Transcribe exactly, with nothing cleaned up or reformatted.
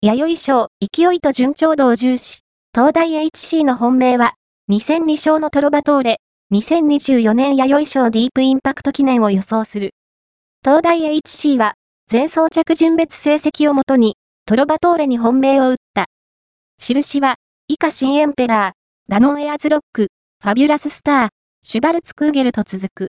弥生賞、勢いと順調度を重視。東大 エイチシー の本命は、に戦に勝のトロバトーレ、にせんにじゅうよねん弥生賞ディープインパクト記念を予想する。東大 エイチシー は、前走着順別成績をもとに、トロバトーレに本命を打った。印は、以下新エンペラー、ダノンエアーズロック、ファビュラススター、シュバルツクーゲルと続く。